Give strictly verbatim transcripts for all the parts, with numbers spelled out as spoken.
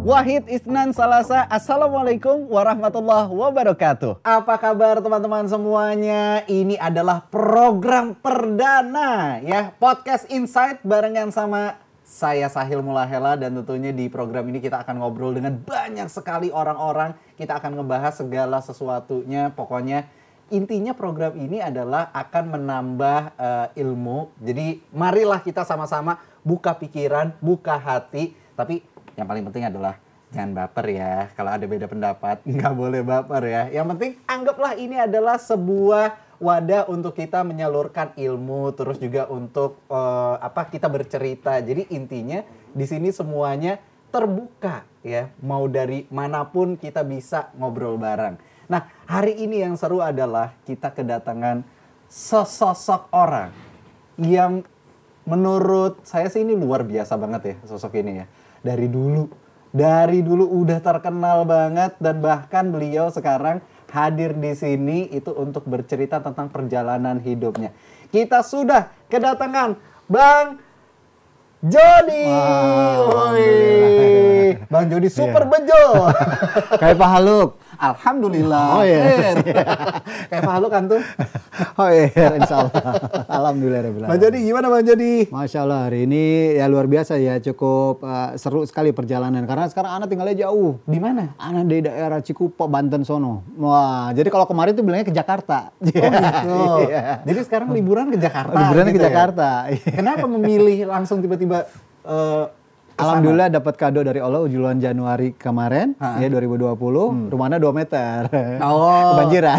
Wahid Isnan Salasa. Assalamualaikum warahmatullahi wabarakatuh. Apa kabar teman-teman semuanya? Ini adalah program perdana ya, Podcast Insight barengan sama saya Sahil Mulahela, dan tentunya di program ini kita akan ngobrol dengan banyak sekali orang-orang. Kita akan ngebahas segala sesuatunya. Pokoknya intinya program ini adalah akan menambah uh, ilmu. Jadi marilah kita sama-sama buka pikiran, buka hati. Tapi yang paling penting adalah jangan baper ya. Kalau ada beda pendapat, nggak boleh baper ya. Yang penting anggaplah ini adalah sebuah wadah untuk kita menyalurkan ilmu, terus juga untuk uh, apa kita bercerita. Jadi intinya di sini semuanya terbuka ya. Mau dari manapun kita bisa ngobrol bareng. Nah, hari ini yang seru adalah kita kedatangan sesosok orang yang menurut saya sih ini luar biasa banget ya sosok ini ya. Dari dulu, dari dulu udah terkenal banget, dan bahkan beliau sekarang hadir di sini itu untuk bercerita tentang perjalanan hidupnya. Kita sudah kedatangan Bang Jody. Wow, Bang Jody super yeah. bejo. Kayak Pak Haluk. Alhamdulillah. Oh iya. Kayak Pak Haluk kan tuh. Oh iya, insya Allah. Alhamdulillah. Bang Jody, gimana Bang Jody? Masya Allah, hari ini ya luar biasa ya, cukup uh, seru sekali perjalanan. Karena sekarang anak tinggalnya jauh. Di mana? Anak di daerah Cikupa, Banten sono. Wah, jadi kalau kemarin tuh bilangnya ke Jakarta. Oh gitu. Iya. Jadi sekarang liburan ke Jakarta. Liburan gitu ke Jakarta. Ya? Kenapa memilih langsung tiba-tiba uh, Alhamdulillah dapat kado dari Allah bulan Januari kemarin, ha? ya dua ribu dua puluh, hmm. rumahnya dua meter. Oh. Kebanjiran.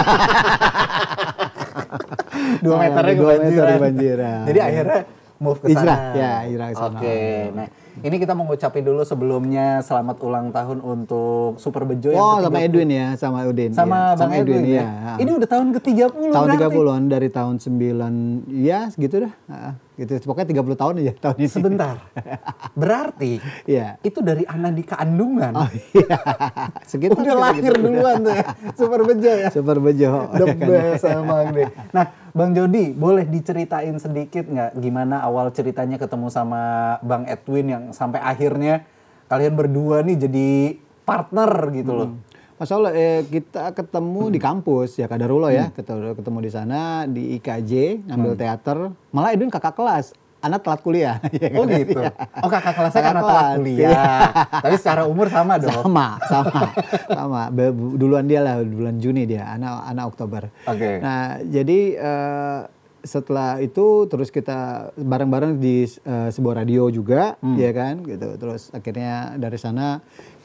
dua meternya kebanjiran. Meter kebanjiran. Jadi akhirnya move ke sana. Hijrah, ya hijrah ke sana. Oke, okay. Nah ini kita mau ngucapin dulu sebelumnya selamat ulang tahun untuk Super Bejo yang oh, ke tiga puluh. sama Edwin ya, sama Udin. Sama ya. Bang sama Edwin, Edwin ya. ya. Ini udah tahun ke tiga puluh Tahun berarti. tiga puluhan dari tahun sembilan, ya segitu dah. Gitu. Pokoknya tiga puluh tahun aja tahun ini. Sebentar. Berarti ya. itu dari anak di kandungan. Oh iya. Segitu. Udah lahir segitu, duluan tuh ya. Super Bejo ya. Super Bejo. The best emang deh. Nah, Bang Jody, boleh diceritain sedikit nggak gimana awal ceritanya ketemu sama Bang Edwin yang sampai akhirnya kalian berdua nih jadi partner gitu loh. Hmm. Masya Allah, eh, kita ketemu hmm. di kampus ya, Kadarullah hmm. ya, ketemu, ketemu di sana di I K J, ngambil hmm. teater. Malah Edwin kakak kelas, anak telat kuliah. Oh gitu? Oh kakak kelasnya karena telat kuliah. Tapi secara umur sama dong? Sama, sama. sama. Duluan dia lah, bulan Juni dia, anak, anak Oktober. Oke. Okay. Nah jadi uh, setelah itu terus kita bareng-bareng di uh, sebuah radio juga, hmm. ya kan, gitu. Terus akhirnya dari sana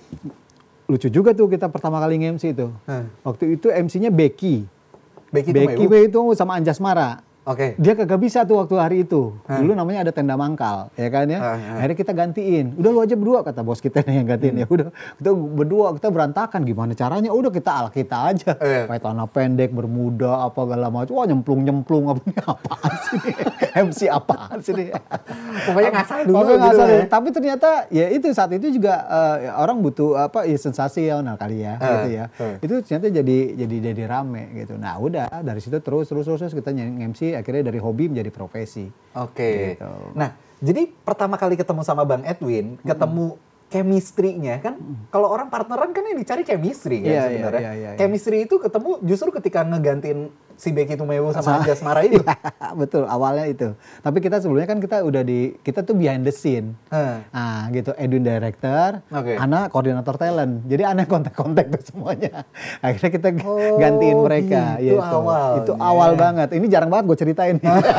lucu juga tuh kita pertama kali nge-M C itu. Hmm. Waktu itu M C-nya Becky. Becky, Becky itu sama Anjas Mara. Oke. Okay. Dia kagak bisa tuh waktu hari itu. Hmm. Dulu namanya ada tenda mangkal, ya kan ya. Hmm. Akhirnya kita gantiin. Udah lu aja berdua kata bos kita yang gantiin. Hmm. Ya udah kita berdua, kita berantakan gimana caranya? Udah kita ala kita aja. Eh. Pakai celana pendek, bermuda apa segala macam. Wah, nyemplung-nyemplung apa apaan sih ini? M C apaan sih ini? Pokoknya ngasal dulu Pokoknya gitu ngasal. ya. Tapi ternyata ya itu saat itu juga uh, orang butuh apa ya sensasional kali ya, eh. gitu ya. Eh. Itu ternyata jadi jadi jadi rame gitu. Nah, udah dari situ terus terus terus kita nge-M C akhirnya dari hobi jadi profesi. Oke. Okay. Gitu. Nah, jadi pertama kali ketemu sama Bang Edwin, hmm. ketemu chemistry-nya kan, hmm. kalau orang partneran kan yang dicari chemistry kan yeah, sebenarnya. Yeah, yeah, yeah, chemistry yeah. itu ketemu justru ketika ngegantiin si Becky Tumewu sama Anjas Mara itu. Betul, awalnya itu. Tapi kita sebelumnya kan kita udah di, kita tuh behind the scene. Hmm. Nah gitu, Edwin director, okay. Ana koordinator talent. Jadi Ana kontak-kontak tuh semuanya. Akhirnya kita oh, gantiin mereka. Gitu, gitu. awal. Itu awal banget. Ini jarang banget gue ceritain.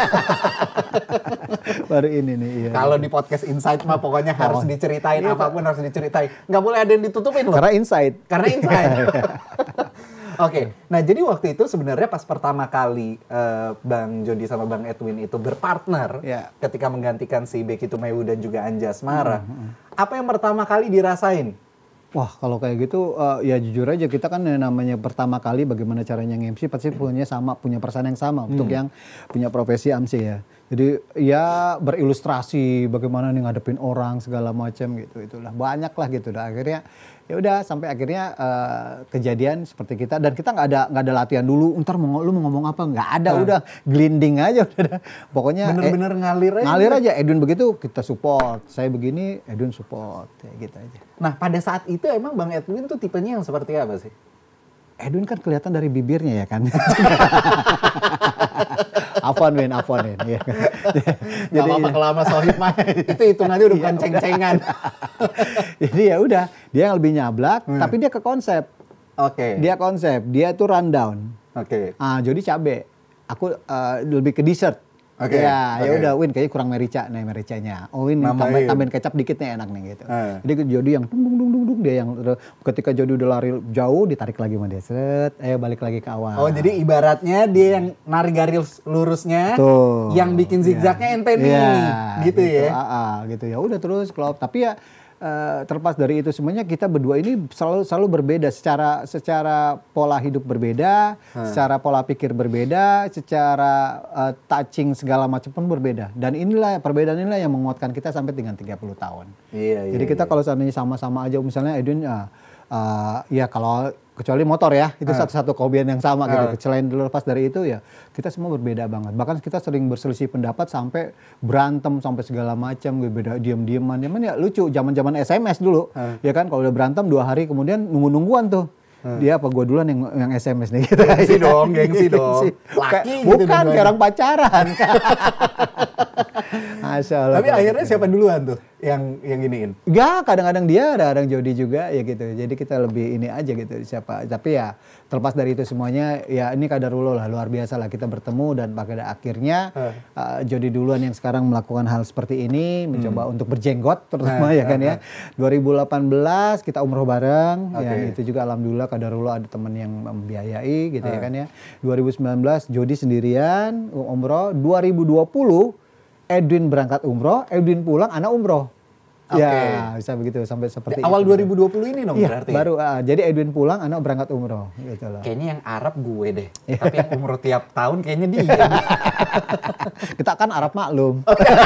Baru ini nih. Iya. Kalau di podcast Insight mah pokoknya oh. harus diceritain, iya, apapun harus diceritain. Nggak boleh ada yang ditutupin loh. Karena insight. Karena insight. Oke, okay. Nah jadi waktu itu sebenarnya pas pertama kali uh, Bang Jody sama Bang Edwin itu berpartner, yeah. ketika menggantikan si Becky Tumewu dan juga Anjas Mara, mm-hmm. apa yang pertama kali dirasain? Wah kalau kayak gitu uh, ya jujur aja kita kan namanya pertama kali bagaimana caranya nge-M C pasti punya sama punya perasaan yang sama hmm. untuk yang punya profesi M C ya. Jadi ya berilustrasi bagaimana nih ngadepin orang segala macam gitu, itulah banyak lah gitu. Dan akhirnya ya udah sampai akhirnya uh, kejadian seperti kita, dan kita nggak ada nggak ada latihan dulu. Ntar mau lu mau ngomong apa, nggak ada, hmm. udah glinding aja udah. Pokoknya bener-bener eh, ngalir aja. Ngalir aja. Edwin begitu kita support, saya begini Edwin support, kayak gitu aja. Nah pada saat itu emang Bang Edwin tuh tipenya yang seperti apa sih? Edwin kan kelihatan dari bibirnya ya kan. Afwan Win, Afwan Win. Ya. Jadi lama kelama sohib mah itu hitungannya udah bukan ceng-cengan. Jadi ya udah, dia yang lebih nyablak, hmm. tapi dia ke konsep. Oke. Okay. Dia konsep, dia tuh rundown. Oke. Okay. Ah, jadi cabe. Aku uh, lebih ke dessert. Oke. Okay. Ya, okay. ya udah Win kayaknya kurang merica nih mericanya. Oh Win tambahin, tambahin kecap dikit nih enak nih gitu. Hmm. Jadi Jody yang dung dung dung dung, dia yang ketika Jody udah lari jauh ditarik lagi sama dia. Set, ayo balik lagi ke awal. Oh, jadi ibaratnya dia yang narik garis lurusnya, tuh, yang bikin zigzagnya ya. ente nih. Ya, gitu, gitu ya. Ah, ah, gitu ya. Udah terus klop. Tapi ya Uh, terlepas dari itu semuanya, kita berdua ini selalu selalu berbeda secara secara pola hidup berbeda, hmm. secara pola pikir berbeda, secara uh, touching segala macam pun berbeda. Dan inilah perbedaan inilah yang menguatkan kita sampai dengan tiga puluh tahun. Iya, Jadi iya, kita iya. kalau seandainya sama-sama aja, misalnya Edwin uh, uh, ya kalau kecuali motor ya, itu hmm. satu-satu kehobian yang sama gitu. Hmm. Selain lepas dari itu ya, kita semua berbeda banget. Bahkan kita sering berselisih pendapat sampai berantem sampai segala macam, beda diam-diaman. Cuman ya lucu, zaman-zaman S M S dulu, hmm. ya kan kalau udah berantem dua hari kemudian nunggu-nungguan tuh. Hmm. Dia apa gue duluan yang yang S M S nih gitu. Gengsi dong, gengsi dong. Laki gitu. Bukan gitu kayak orang pacaran. Masya Allah. Tapi akhirnya siapa duluan tuh yang yang iniin? Ya kadang-kadang dia, kadang-kadang Jody juga ya gitu. Jadi kita lebih ini aja gitu siapa. Tapi ya terlepas dari itu semuanya ya ini kadarullah lah, luar biasa lah kita bertemu, dan pada akhirnya hmm. uh, Jody duluan yang sekarang melakukan hal seperti ini, mencoba hmm. untuk berjenggot terutama hmm. ya kan ya. dua ribu delapan belas kita umroh bareng, okay. ya itu juga alhamdulillah kadarullah ada teman yang membiayai gitu hmm. ya kan ya. dua ribu sembilan belas Jody sendirian umroh. Dua ribu dua puluh Edwin berangkat umroh, Edwin pulang, anak umroh. Okay. Ya bisa begitu sampai seperti awal itu. dua ribu dua puluh ini dong ya, berarti. Baru uh, jadi Edwin pulang, anak berangkat umroh gitu loh. Kayaknya yang Arab gue deh. Tapi yang umroh tiap tahun kayaknya dia. Kita kan Arab maklum.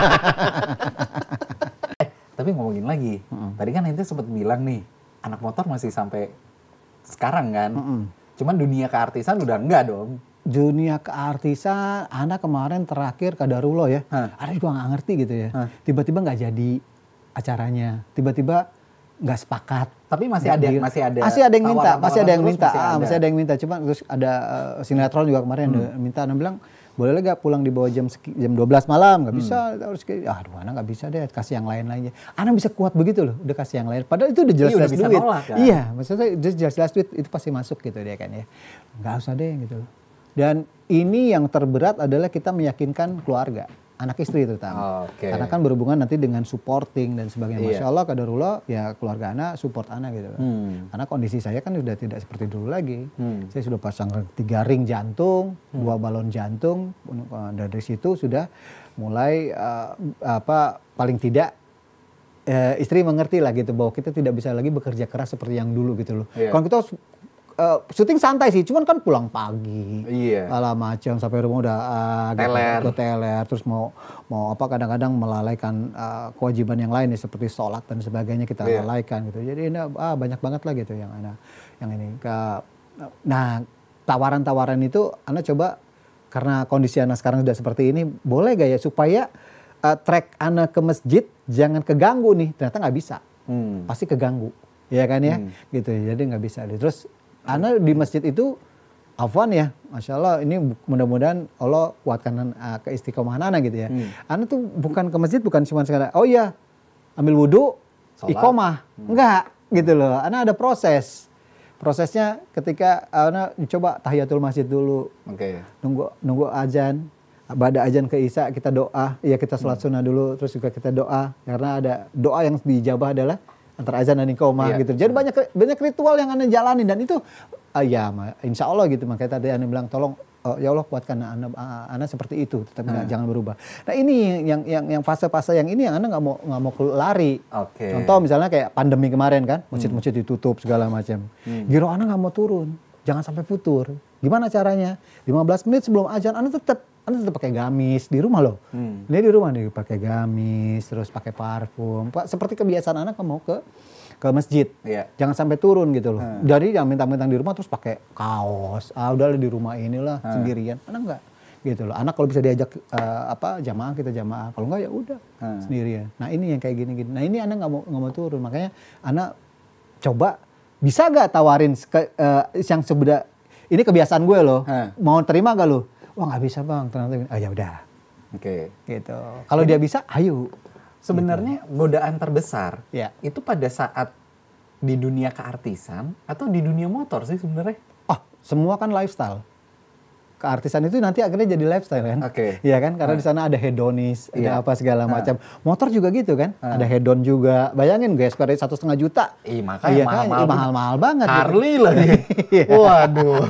eh, tapi ngomongin lagi. Mm-hmm. Tadi kan ente sempat bilang nih, anak motor masih sampai sekarang kan. Mm-hmm. Cuman dunia keartisan udah enggak dong. Dunia keartisan, anak kemarin terakhir kadarullah ya. Huh. Ada juga nggak ngerti gitu ya. Huh. Tiba-tiba nggak jadi acaranya, tiba-tiba nggak sepakat. Tapi masih ada, deal. masih ada. Masih ada yang minta, masih ada yang minta, masih ah, ada. masih ada yang minta. Cuma terus ada uh, sinetron juga kemarin hmm. minta, dia bilang boleh nggak pulang di bawah jam jam dua belas malam? Nggak hmm. bisa, harus kayak, aduh anak nggak bisa deh, kasih yang lain lainnya. Anak bisa kuat begitu loh, udah kasih yang lain. Padahal itu udah jelas-jelas duit. Nolak, kan? Iya, maksudnya udah jelas-jelas duit itu pasti masuk gitu dia kan ya. Nggak usah deh gitu. Dan ini yang terberat adalah kita meyakinkan keluarga, anak istri terutama. Oh, okay. Karena kan berhubungan nanti dengan supporting dan sebagainya. Masya Allah, kadarullah, ya keluarga anak support anak gitu. Hmm. Karena kondisi saya kan sudah tidak seperti dulu lagi. Hmm. Saya sudah pasang tiga ring jantung, hmm. dua balon jantung. Dari situ sudah mulai uh, apa paling tidak uh, istri mengerti lah gitu bahwa kita tidak bisa lagi bekerja keras seperti yang dulu gitu loh. Yeah. Kalau kita Uh, syuting santai sih, cuman kan pulang pagi, iya. ala macam sampai rumah udah uh, teler, gitu, teler, terus mau mau apa kadang-kadang melalaikan uh, kewajiban yang lain ya seperti sholat dan sebagainya kita iya. lalaikan gitu. Jadi ini ah, banyak banget lah gitu yang anak yang ini. Ke, nah tawaran-tawaran itu anak coba karena kondisi anak sekarang sudah seperti ini, boleh gak ya supaya uh, track anak ke masjid jangan keganggu nih, ternyata nggak bisa, hmm. pasti keganggu, ya kan ya, hmm. gitu. Jadi nggak bisa. Terus Ana di masjid itu afwan ya, Masya Allah ini mudah-mudahan Allah kuatkan uh, keistiqomahan Ana gitu ya. Hmm. Ana tuh bukan ke masjid bukan cuma sekadar, oh iya ambil wudhu, iqomah. Hmm. Enggak gitu loh, Ana ada proses. Prosesnya ketika Ana coba tahiyatul masjid dulu, okay. nunggu nunggu azan, pada azan ke isya kita doa, ya kita sholat sunnah dulu, terus juga kita doa. Karena ada doa yang dijabah adalah antara azan dan iqomah iya. gitu. Jadi banyak banyak ritual yang Anda jalani dan itu uh, ya insya Allah gitu. Makanya tadi Anda bilang tolong uh, ya Allah kuatkan Anda, uh, Anda seperti itu, tetapi hmm. jangan berubah. Nah ini yang yang yang fase-fase yang ini yang Anda nggak mau nggak mau lari. Okay. Contoh misalnya kayak pandemi kemarin kan, masjid-masjid ditutup segala macam. Hmm. Giro Anda nggak mau turun, jangan sampai futur. Gimana caranya? lima belas menit sebelum azan Anda tetap kan tetap pakai gamis di rumah loh. Hmm. Dia di rumah nih pakai gamis, terus pakai parfum. Pak, seperti kebiasaan anak kan mau ke ke masjid. Iya. Jangan sampai turun gitu loh. Hmm. Dari yang minta-minta di rumah terus pakai kaos. Ah udahlah di rumah inilah Hmm. sendirian. Anak enggak gitu loh. Anak kalau bisa diajak uh, apa jamaah kita jamaah. Kalau enggak ya udah Hmm. sendirian. Nah ini yang kayak gini-gini. Nah ini anak nggak mau nggak mau turun. Makanya anak coba bisa gak tawarin ke, uh, yang sebedah ini kebiasaan gue loh. Hmm. Mau terima gak lo? Wah nggak bisa bang. Ternyata ah ya udah. Oke. Gitu. Kalau dia bisa, ayo. Sebenarnya godaan terbesar Ya. itu pada saat di dunia keartisan atau di dunia motor sih sebenarnya? Oh, semua kan lifestyle. Keartisan itu nanti akhirnya jadi lifestyle kan? Oke. Iya kan? Karena di sana ada hedonis, Iya. ada apa segala macam. Motor juga gitu kan? Ah. Ada hedon juga. Bayangin guys, pada satu setengah juta. Ih, makanya Iya kan? mahal-mahal. Ih, mahal-mahal banget. gitu. Harley lagi. Iya. Waduh.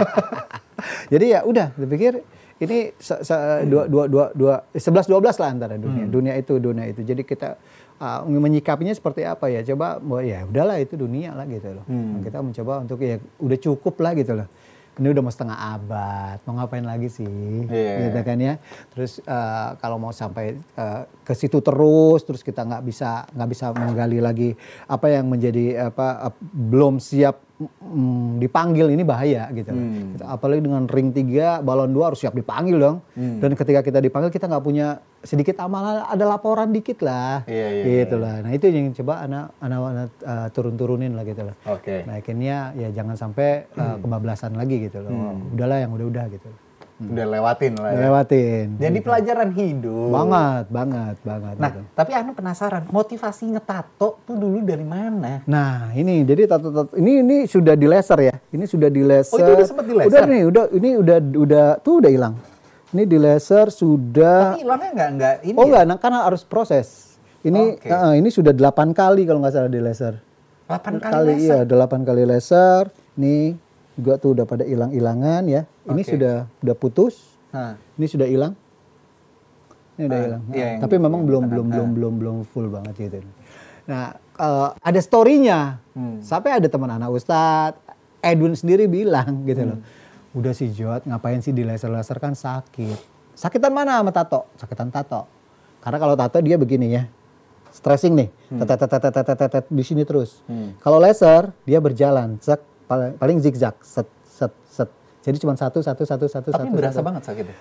Jadi ya udah, dipikir ini se- se- dua dua dua dua sebelas dua belas lah antara dunia. Hmm. Dunia itu dunia itu. Jadi kita uh, menyikapinya seperti apa ya? Coba bahwa ya udahlah itu dunia lah gitu loh. Hmm. Kita mencoba untuk ya udah cukup lah gitu loh. Ini udah mau setengah abad, mau ngapain lagi sih? Iya. Gitu kan ya. Terus uh, kalau mau sampai uh, ke situ terus, terus kita nggak bisa nggak bisa menggali lagi apa yang menjadi apa uh, belum siap mm, dipanggil, ini bahaya gitu. Hmm. Kita- apalagi dengan ring tiga, balon dua harus siap dipanggil dong. Hmm. Dan ketika kita dipanggil kita nggak punya sedikit amalan, ada laporan dikit lah. Iya, iya, gitu iya. lah. Nah itu yang coba anak anak, anak uh, turun-turunin lah gitu loh. Oke. Nah akhirnya ya jangan sampai uh, kebablasan lagi gitu loh. Hmm. Udahlah yang udah-udah gitu. Udah lewatin lah ya. Lewatin. Jadi gitu. pelajaran hidup. Banget, banget, banget. Nah, gitu. tapi Anu penasaran, motivasi ngetato tuh dulu dari mana? Nah ini jadi tato-tato ini ini sudah di laser ya. Ini sudah di laser. Oh, itu udah sempet di laser? Udah nih, udah ini udah udah tuh udah hilang. Ini di laser sudah. Tapi hilangnya nggak nggak ini. Oh ya? enggak, nah, karena harus proses. Ini Oke. eh, ini sudah delapan kali kalau nggak salah di laser. delapan kali, laser. Iya, delapan kali laser. Ini juga tuh udah pada hilang-hilangan ya. Ini Oke. sudah udah putus. Hah. Ini sudah hilang. Ini udah Ah, hilang. iya, yang Tapi di- memang yang belum di belum tengah. belum Ah. belum belum full banget gitu. Nah, eh, ada story-nya. Hmm. Sampai ada teman anak Ustadz, Edwin sendiri bilang gitu Hmm. loh. Udah sih Jod, ngapain sih di laser-laser kan sakit. Sakitan mana sama tato? Sakitan tato. Karena kalau tato dia begini ya. Stressing nih. Tet, tet, tet, tet, tet, tet, tet, di sini terus. Hmm. Kalau laser dia berjalan, cek paling, paling zigzag, set set set. Jadi cuma satu satu satu satu Tapi satu. berasa satu. banget sakitnya.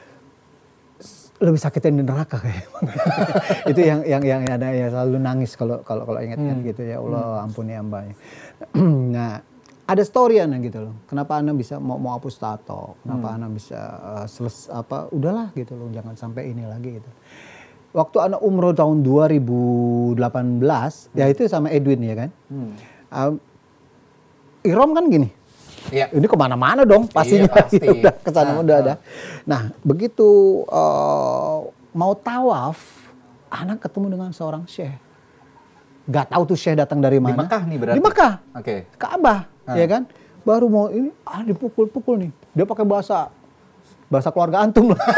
Lebih sakitin di neraka kayak. Itu yang yang yang ada ya selalu nangis kalau kalau kalau ingat-ingat gitu ya Allah ampuni hambanya. Nah, ada story Ana gitu loh. Kenapa Ana bisa mau mau hapus tato? Kenapa Ana bisa uh, seles apa udahlah gitu loh, jangan sampai ini lagi gitu. Waktu Ana umroh tahun dua ribu delapan belas, ya itu sama Edwin ya kan. Hmm. Um, Ihram kan gini. Iya. Ini kemana-mana dong pastinya. Iya, pasti. Udah kesana Ah, udah ah. ada. Nah begitu uh, mau tawaf, anak ketemu dengan seorang syekh. Gak tahu tuh syekh datang dari Di mana. Mekah nih berarti. Di Mekah. Oke. Ka'bah, Ah. ya kan? Baru mau ini, ah dipukul-pukul nih. Dia pakai bahasa bahasa keluarga antum lah.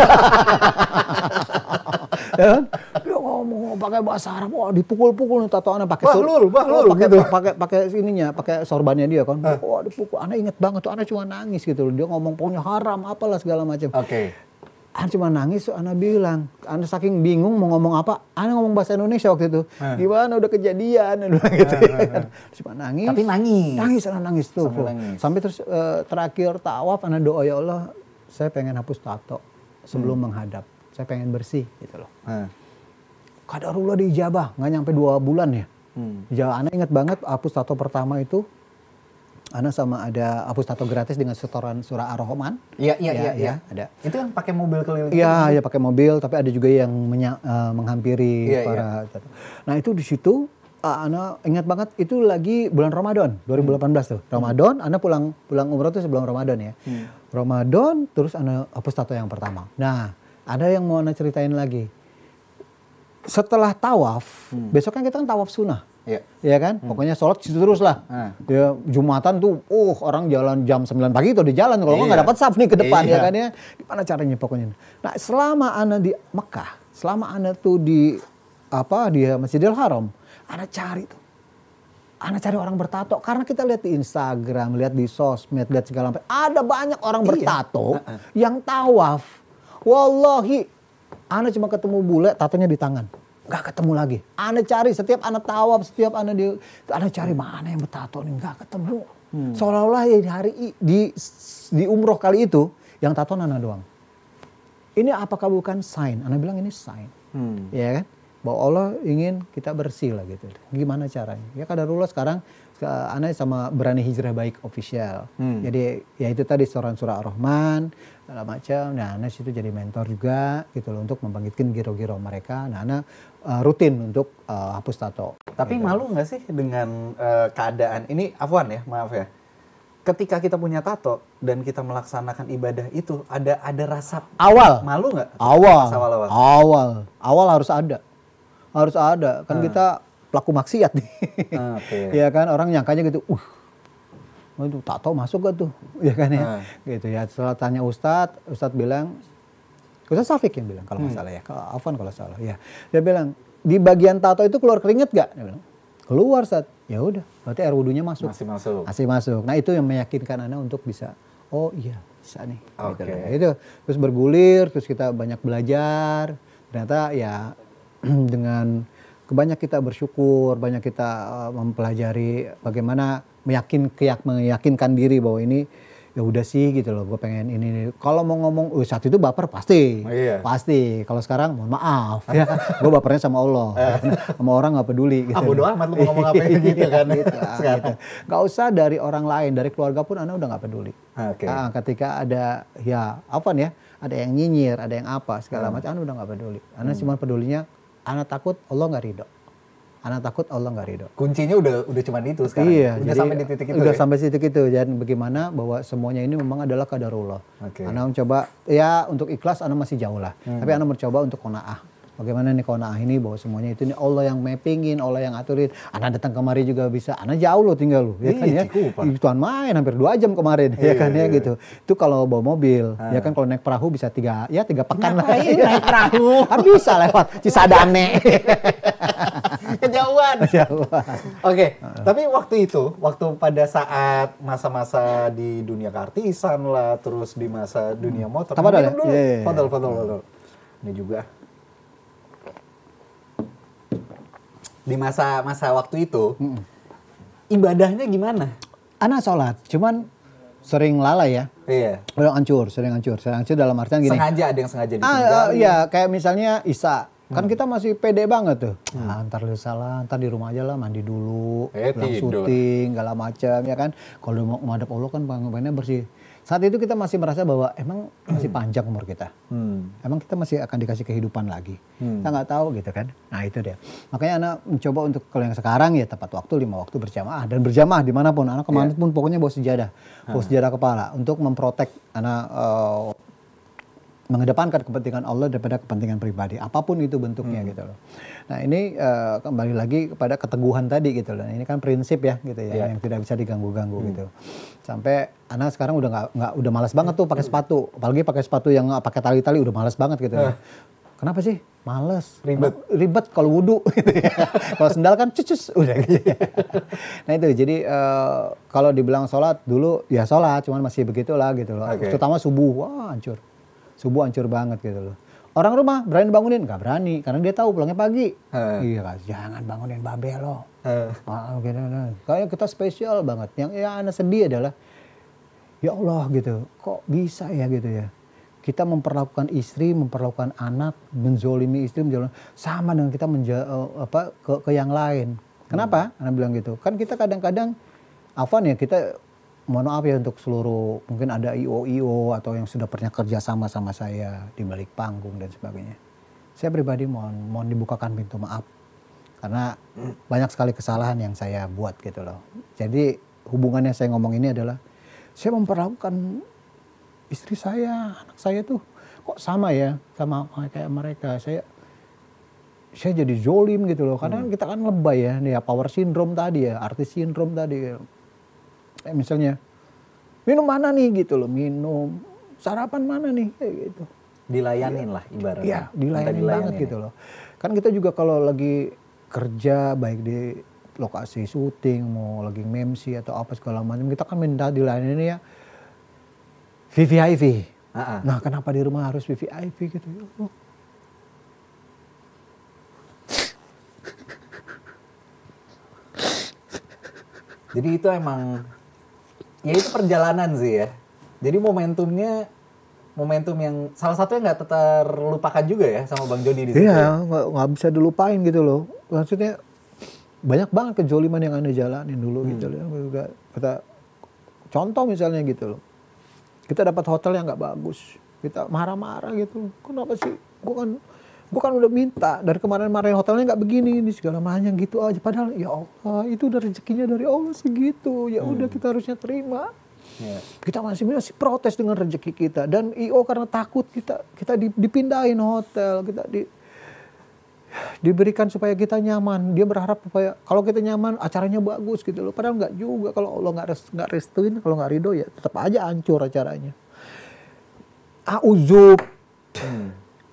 Ya kan? Dia ngomong pakai bahasa Arab, wah dipukul-pukul nih tato anak pakai sur- Bahlul, bahlul, oh, pakai gitu. pakai pakai ininya, pakai sorbannya dia kan. Wah dipukul, anak inget banget tuh, anak cuma nangis gitu loh. Dia ngomong pokoknya haram apalah segala macam. Oke. Anak cuma nangis, anak bilang, anak saking bingung mau ngomong apa, anak ngomong bahasa Indonesia waktu itu. Ah. Gimana udah kejadian, anak bilang gitu. Ah, ya ah, kan. Cuma nangis. Tapi nangis. Nangis, anak nangis tuh. Sampai nangis. Sampai terus eh, terakhir tawaf, anak doa ya Allah, saya pengen hapus tato sebelum Hmm. menghadap. Saya pengen bersih gitu loh. Hah. Kadarullah diijabah, nggak nyampe dua bulan ya. Hmm. Ya, anak ingat banget hapus tato pertama itu. Anak sama ada hapus tato gratis dengan setoran surah Ar-Rahman. Iya, iya, Ya, iya, iya. ada. Itu yang pakai mobil keliling. Iya, ya pakai mobil, tapi ada juga yang menya- eh, menghampiri Iya, para. Nah itu di situ, uh, Ana ingat banget itu lagi bulan Ramadan dua ribu delapan belas tuh. Ramadan, Ana pulang pulang umroh tuh sebelum Ramadan ya. Hmm. Ramadan, terus Ana hapus tato yang pertama. Nah, ada yang mau Ana ceritain lagi. Setelah tawaf, besok kan kita kan tawaf sunnah. Iya. Ya kan? Pokoknya sholat situ terus lah. Hmm. Ya Jumatan tuh, uh orang jalan jam sembilan pagi tuh di jalan. Kalau nggak Iya. nggak dapat saf nih ke depan Iya. ya kan ya. Gimana caranya pokoknya. Nah selama Ana di Mekah, selama Ana tuh di apa di Masjidil Haram, Ana cari tuh. Ana cari orang bertato. Karena kita lihat di Instagram, lihat di sosmed, lihat segala macam. Ada banyak orang Iya. bertato Uh-uh. yang tawaf. Wallahi, ana cuma ketemu bule, tatonya di tangan. Nggak ketemu lagi. Ana cari, setiap ana tawaf, setiap ana di, ana cari mana yang bertato nih, nggak ketemu. Hmm. Seolah-olah ya di hari di di umroh kali itu yang tato ana doang. Ini apakah bukan sign? Ana bilang ini sign, hmm. ya kan? Bahwa Allah ingin kita bersih lah gitu. Gimana caranya? Ya kadarullah sekarang ana sama Berani Hijrah Baik official. Hmm. Jadi ya itu tadi surah surah Ar-Rahman segala macam. Nah, ana situ jadi mentor juga gitu loh untuk membangkitkan giro-giro mereka. Nah, ana uh, rutin untuk uh, hapus tato. Tapi gitu. Malu nggak sih dengan uh, keadaan ini? Afwan ya, maaf ya. Ketika kita punya tato dan kita melaksanakan ibadah itu ada ada rasa awal malu nggak? Awal. Awal-awal. Awal. Awal harus ada. Harus ada. Kan hmm. kita pelaku maksiat nih. Ah, okay. Ya kan orang nyangkanya gitu, uh, itu tato masuk gak tuh, ya kan ya, ah. gitu ya. Setelah tanya Ustadz, Ustadz bilang, Ustadz Safik yang bilang kalau nggak hmm. salah ya, kalau Afwan kalau salah ya, dia bilang di bagian tato itu keluar keringet gak? Dia bilang keluar Ustadz. Ya udah, berarti air wudunya masuk. Masih masuk. Masih masuk. Nah itu yang meyakinkan Anda untuk bisa, oh iya bisa nih. Oke. Okay. Gitu. Itu terus bergulir, terus kita banyak belajar. Ternyata ya dengan kebanyak kita bersyukur, banyak kita uh, mempelajari bagaimana meyakin, keyak, meyakinkan diri bahwa ini ya udah sih gitu loh, gue pengen ini. Kalau mau ngomong, oh, saat itu baper pasti, oh, iya. pasti. Kalau sekarang mohon maaf ya, gue bapernya sama Allah, sama orang nggak peduli. Gitu. Ah bodo amat lu mau ngomong apa gitu kan? Gitu, gitu. Gak usah dari orang lain, dari keluarga pun Anda udah nggak peduli. Okay. Nah, ketika ada ya apa nih ya, ada yang nyinyir, ada yang apa segala hmm. macam, Anda udah nggak peduli. Anda hmm. cuma pedulinya, Anda takut Allah nggak ridho. Anak takut Allah nggak ridho. Kuncinya udah udah cuma itu sekarang. Iya, udah jadi sampai di titik itu. Udah ya? sampai di titik itu. Dan bagaimana bahwa semuanya ini memang adalah qadarullah. Okay. Anak mencoba ya untuk ikhlas anak masih jauh lah. Hmm. Tapi anak mencoba untuk qanaah. Bagaimana nih qanaah ini bahwa semuanya itu nih Allah yang mappingin, Allah yang aturin. Anak datang kemari juga bisa. Anak jauh loh tinggal loh, ya kan ya. Tuan main hampir dua jam kemarin, ya kan ya gitu. Itu kalau bawa mobil, ha. ya kan kalau naik perahu bisa tiga ya tiga pekan lah. Naik perahu. Kan bisa lewat Cisadane. Kejauhan. Kejauhan. Oke, okay. uh. tapi waktu itu, waktu pada saat masa-masa di dunia kartisan lah, terus di masa dunia motor. Apa dah? Dulu. Yeah. Fadol, fadol, fadol. Ini juga. Di masa-masa waktu itu, hmm. ibadahnya gimana? Anak sholat, cuman sering lalai ya. Iya. Sering hancur, sering hancur. Sering hancur dalam artian gini. Sengaja, ada yang sengaja ditinggalin. Ah, iya, kayak misalnya Isya. Kan hmm. kita masih pede banget tuh. Hmm. Nah, ntar lu salah, ntar di rumah aja lah mandi dulu, eh, pulang syuting, segala macam ya kan. Kalau mau menghadap Allah kan pengennya bersih. Saat itu kita masih merasa bahwa emang masih panjang umur kita. Hmm. Emang kita masih akan dikasih kehidupan lagi. Hmm. Kita nggak tahu gitu kan. Nah itu dia. Makanya anak mencoba untuk kalau yang sekarang ya tepat waktu lima waktu berjamaah dan berjamaah dimanapun. Anak kemana yeah. pun pokoknya bawa sejadah, bawa sejadah kepala untuk memprotek anak. Uh, mengedepankan kepentingan Allah daripada kepentingan pribadi apapun itu bentuknya hmm. gitu loh. Nah ini uh, kembali lagi kepada keteguhan tadi gitu loh. Ini kan prinsip ya gitu ya yeah. yang tidak bisa diganggu-ganggu hmm. gitu. Sampai anak sekarang udah nggak nggak udah malas banget tuh pakai sepatu, apalagi pakai sepatu yang pakai tali-tali udah malas banget gitu. Uh. Kenapa sih? Males, ribet, ribet kalau wudu gitu ya. Kalau sendal kan cucus udah gitu. Ya. Nah itu jadi uh, kalau dibilang sholat dulu ya sholat, cuman masih begitulah gitu loh. Okay. Terutama subuh, wah hancur. Subuh hancur banget gitu loh. Orang rumah berani bangunin? Gak berani, karena dia tahu pulangnya pagi. Uh. Iya kan, jangan bangunin babe lo. Uh. Ah, gitu, nah. Kayak kita spesial banget. Yang ya anak sedih adalah, ya Allah gitu, kok bisa ya gitu ya. Kita memperlakukan istri, memperlakukan anak, menzolimi istri, menzolimi, sama dengan kita menja, uh, apa, ke, ke yang lain. Kenapa? Hmm. Anak bilang gitu. Kan kita kadang-kadang, Afwan ya kita... Mohon maaf ya untuk seluruh, mungkin ada I O-I O atau yang sudah pernah kerja sama sama saya di balik panggung dan sebagainya. Saya pribadi mohon, mohon dibukakan pintu maaf. Karena banyak sekali kesalahan yang saya buat gitu loh. Jadi hubungannya saya ngomong ini adalah, saya memperlakukan istri saya, anak saya tuh kok sama ya sama kayak mereka. Saya saya jadi zolim gitu loh. Karena hmm. kita kan lebay ya, nih ya power syndrome tadi ya, artis syndrome tadi. Kayak misalnya, minum mana nih gitu loh, minum, sarapan mana nih, kayak gitu. Dilayanin ya. lah ibaratnya. Iya, dilayanin, dilayanin banget ya. gitu loh. Kan kita juga kalau lagi kerja, baik di lokasi syuting, mau lagi M C atau apa segala macam, kita kan minta dilayanin ya V V I P. Ha-ha. Nah kenapa di rumah harus V V I P gitu ya Allah. Jadi itu emang, ya itu perjalanan sih ya. Jadi momentumnya, momentum yang salah satunya nggak terlupakan juga ya sama Bang Jody di situ. Iya, nggak nggak bisa dilupain gitu loh. Maksudnya banyak banget kejoliman yang Anda jalanin dulu hmm. gitu loh. Kita, kita contoh misalnya gitu loh. Kita dapat hotel yang nggak bagus, kita marah-marah gitu. Kenapa sih? Gue kan, gue kan udah minta dari kemarin-kemarin hotelnya nggak begini, ini segala macam gitu aja. Padahal ya Allah, itu udah rezekinya dari Allah segitu. Ya udah hmm. kita harusnya terima. Yeah. Kita masih masih protes dengan rezeki kita, dan I O karena takut kita kita dipindahin hotel, kita di diberikan supaya kita nyaman. Dia berharap supaya kalau kita nyaman acaranya bagus gitu loh. Padahal nggak juga, kalau Allah nggak rest, nggak restuin, kalau nggak ridho ya tetap aja hancur acaranya. Auzub hmm.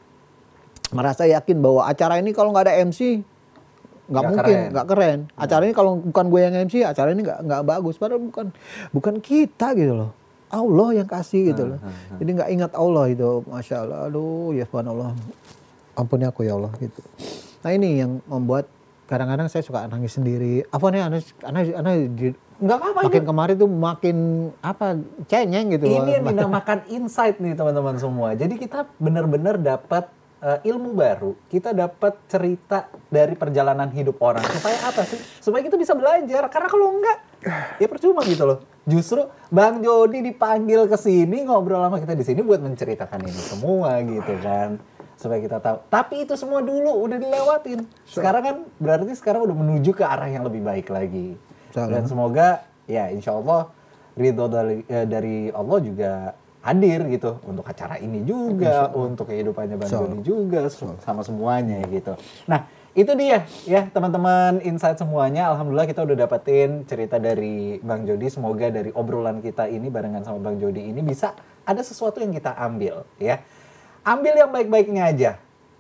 merasa yakin bahwa acara ini kalau nggak ada M C nggak mungkin, nggak keren. keren. Acara ini kalau bukan gue yang M C, acara ini nggak nggak bagus. Padahal bukan bukan kita gitu loh. Allah yang kasih gitu loh. Jadi nggak ingat Allah itu, masya Allah. Aduh, ya subhanallah. Ampuni aku ya Allah gitu. Nah ini yang membuat kadang-kadang saya suka nangis sendiri. Apa nih, anak anak anak nggak apa-apa. Makin ya. Kemarin tuh makin apa cengeng gitu. Ini yang dinamakan insight nih teman-teman semua. Jadi kita benar-benar dapat uh, ilmu baru. Kita dapat cerita dari perjalanan hidup orang. Supaya apa sih? Supaya kita bisa belajar. Karena kalau enggak, ya percuma gitu loh. Justru Bang Jody dipanggil ke sini ngobrol sama kita di sini buat menceritakan ini semua gitu kan. Supaya kita tahu. Tapi itu semua dulu udah dilewatin. Sekarang kan berarti sekarang udah menuju ke arah yang lebih baik lagi. Dan semoga ya insya Allah ridho dari, eh, dari Allah juga hadir gitu. Untuk acara ini juga, untuk kehidupannya Bang Jody juga, sama semuanya gitu. Nah itu dia ya teman-teman insight semuanya. Alhamdulillah kita udah dapetin cerita dari Bang Jody. Semoga dari obrolan kita ini barengan sama Bang Jody ini bisa ada sesuatu yang kita ambil ya. Ambil yang baik-baiknya aja.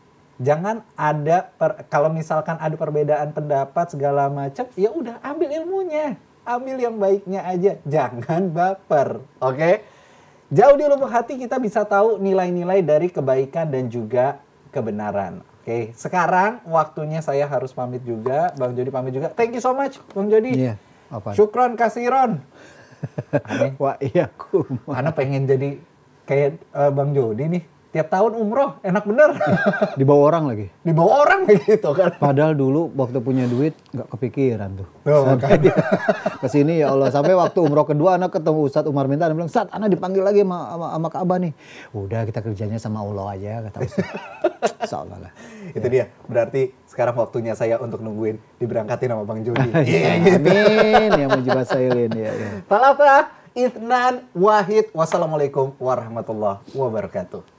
Jangan ada per, kalau misalkan ada perbedaan pendapat segala macam, ya udah ambil ilmunya. Ambil yang baiknya aja. Jangan baper. Oke? Okay? Jauh di lubuk hati kita bisa tahu nilai-nilai dari kebaikan dan juga kebenaran. Oke, okay? Sekarang waktunya saya harus pamit juga. Bang Jody pamit juga. Thank you so much, Bang Jody. Iya, apa? Syukron kasiron. Aneh. Wah, iya aku. Ana pengen jadi kayak uh, Bang Jody nih. Tiap tahun umroh, enak bener. Dibawa orang lagi. Dibawa orang gitu kan. Padahal dulu waktu punya duit nggak kepikiran tuh. Oh, sampai kesini ya Allah. Sampai waktu umroh kedua anak ketemu Ustadz Umar Minta, dia bilang, Ustadz anak dipanggil lagi sama, sama, sama Ka'bah nih. Udah kita kerjanya sama Allah aja kata Ustadz. Insya Allah lah. Itu ya. Dia. Berarti sekarang waktunya saya untuk nungguin diberangkatin sama Bang Jody. Iya, gitu. Amin. Ya mujibat sailin. Ya, ya. Talata, Ithnan, Wahid. Wassalamualaikum warahmatullahi wabarakatuh.